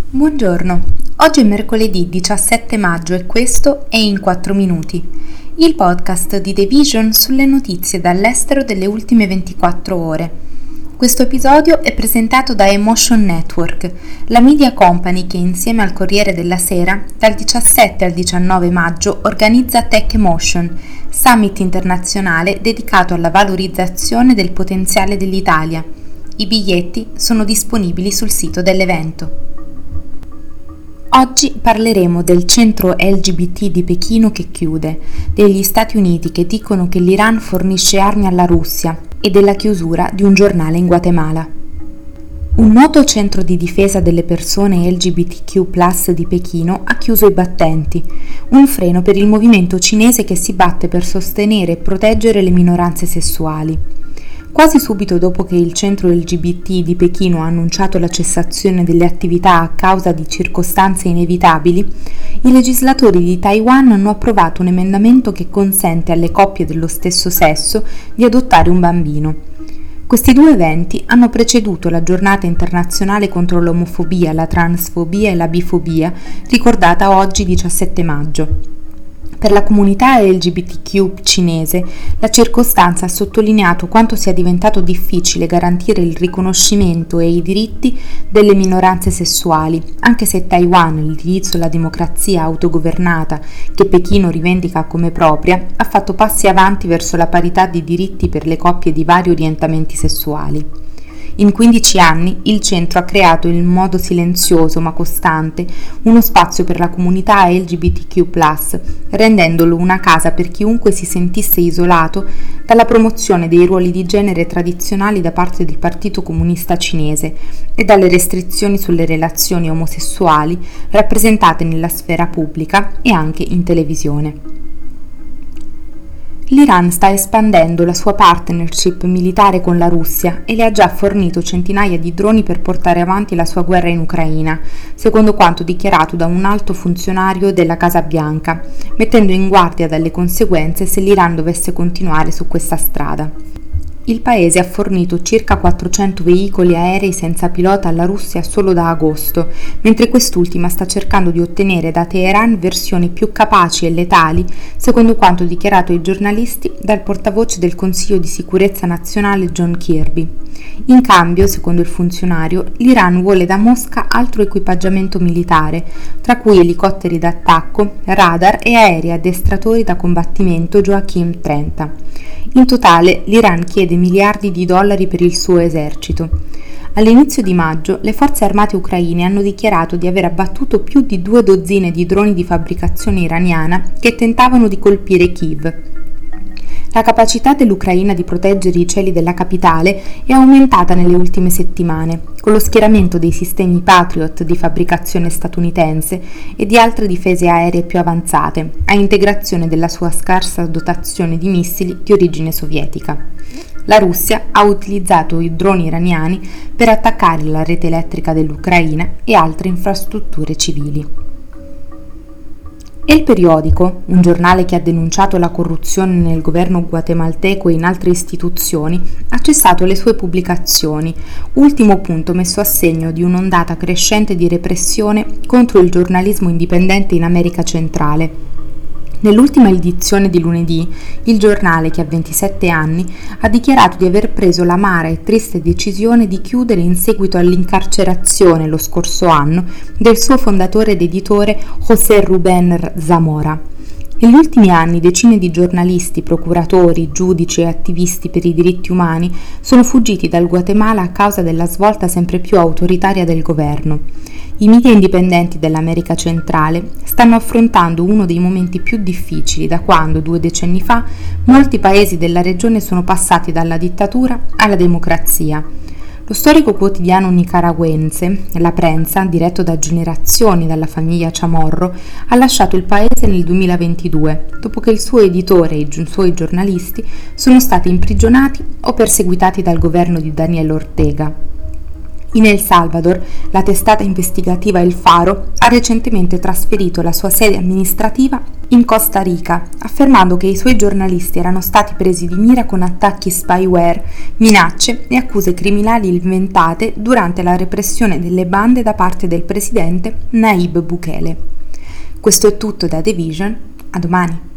Buongiorno, oggi è mercoledì 17 maggio e questo è In 4 Minuti, il podcast di The Vision sulle notizie dall'estero delle ultime 24 ore. Questo episodio è presentato da Emotion Network, la media company che insieme al Corriere della Sera dal 17 al 19 maggio organizza Tech Emotion, summit internazionale dedicato alla valorizzazione del potenziale dell'Italia. I biglietti sono disponibili sul sito dell'evento. Oggi parleremo del centro LGBT di Pechino che chiude, degli Stati Uniti che dicono che l'Iran fornisce armi alla Russia e della chiusura di un giornale in Guatemala. Un noto centro di difesa delle persone LGBTQ+ di Pechino ha chiuso i battenti, un freno per il movimento cinese che si batte per sostenere e proteggere le minoranze sessuali. Quasi subito dopo che il centro LGBT di Pechino ha annunciato la cessazione delle attività a causa di circostanze inevitabili, i legislatori di Taiwan hanno approvato un emendamento che consente alle coppie dello stesso sesso di adottare un bambino. Questi due eventi hanno preceduto la giornata internazionale contro l'omofobia, la transfobia e la bifobia, ricordata oggi 17 maggio. Per la comunità LGBTQ cinese, la circostanza ha sottolineato quanto sia diventato difficile garantire il riconoscimento e i diritti delle minoranze sessuali, anche se Taiwan, l'indirizzo alla democrazia autogovernata che Pechino rivendica come propria, ha fatto passi avanti verso la parità di diritti per le coppie di vari orientamenti sessuali. In 15 anni il centro ha creato in modo silenzioso ma costante uno spazio per la comunità LGBTQ+, rendendolo una casa per chiunque si sentisse isolato dalla promozione dei ruoli di genere tradizionali da parte del Partito Comunista Cinese e dalle restrizioni sulle relazioni omosessuali rappresentate nella sfera pubblica e anche in televisione. L'Iran sta espandendo la sua partnership militare con la Russia e le ha già fornito centinaia di droni per portare avanti la sua guerra in Ucraina, secondo quanto dichiarato da un alto funzionario della Casa Bianca, mettendo in guardia dalle conseguenze se l'Iran dovesse continuare su questa strada. Il paese ha fornito circa 400 veicoli aerei senza pilota alla Russia solo da agosto, mentre quest'ultima sta cercando di ottenere da Teheran versioni più capaci e letali, secondo quanto dichiarato ai giornalisti dal portavoce del Consiglio di Sicurezza Nazionale John Kirby. In cambio, secondo il funzionario, l'Iran vuole da Mosca altro equipaggiamento militare, tra cui elicotteri d'attacco, radar e aerei addestratori da combattimento Joachim 30. In totale l'Iran chiede miliardi di dollari per il suo esercito. All'inizio di maggio le forze armate ucraine hanno dichiarato di aver abbattuto più di 2 dozzine di droni di fabbricazione iraniana che tentavano di colpire Kiev. La capacità dell'Ucraina di proteggere i cieli della capitale è aumentata nelle ultime settimane, con lo schieramento dei sistemi Patriot di fabbricazione statunitense e di altre difese aeree più avanzate, a integrazione della sua scarsa dotazione di missili di origine sovietica. La Russia ha utilizzato i droni iraniani per attaccare la rete elettrica dell'Ucraina e altre infrastrutture civili. El Periodico, un giornale che ha denunciato la corruzione nel governo guatemalteco e in altre istituzioni, ha cessato le sue pubblicazioni, ultimo punto messo a segno di un'ondata crescente di repressione contro il giornalismo indipendente in America Centrale. Nell'ultima edizione di lunedì, il giornale, che ha 27 anni, ha dichiarato di aver preso l'amara e triste decisione di chiudere in seguito all'incarcerazione lo scorso anno del suo fondatore ed editore José Rubén Zamora. Negli ultimi anni decine di giornalisti, procuratori, giudici e attivisti per i diritti umani sono fuggiti dal Guatemala a causa della svolta sempre più autoritaria del governo. I media indipendenti dell'America Centrale stanno affrontando uno dei momenti più difficili da quando, 2 decenni fa, molti paesi della regione sono passati dalla dittatura alla democrazia. Lo storico quotidiano nicaragüense, La Prensa, diretto da generazioni dalla famiglia Chamorro, ha lasciato il paese nel 2022, dopo che il suo editore e i suoi giornalisti sono stati imprigionati o perseguitati dal governo di Daniel Ortega. In El Salvador, la testata investigativa El Faro ha recentemente trasferito la sua sede amministrativa in Costa Rica, affermando che i suoi giornalisti erano stati presi di mira con attacchi spyware, minacce e accuse criminali inventate durante la repressione delle bande da parte del presidente Nayib Bukele. Questo è tutto da The Vision, a domani.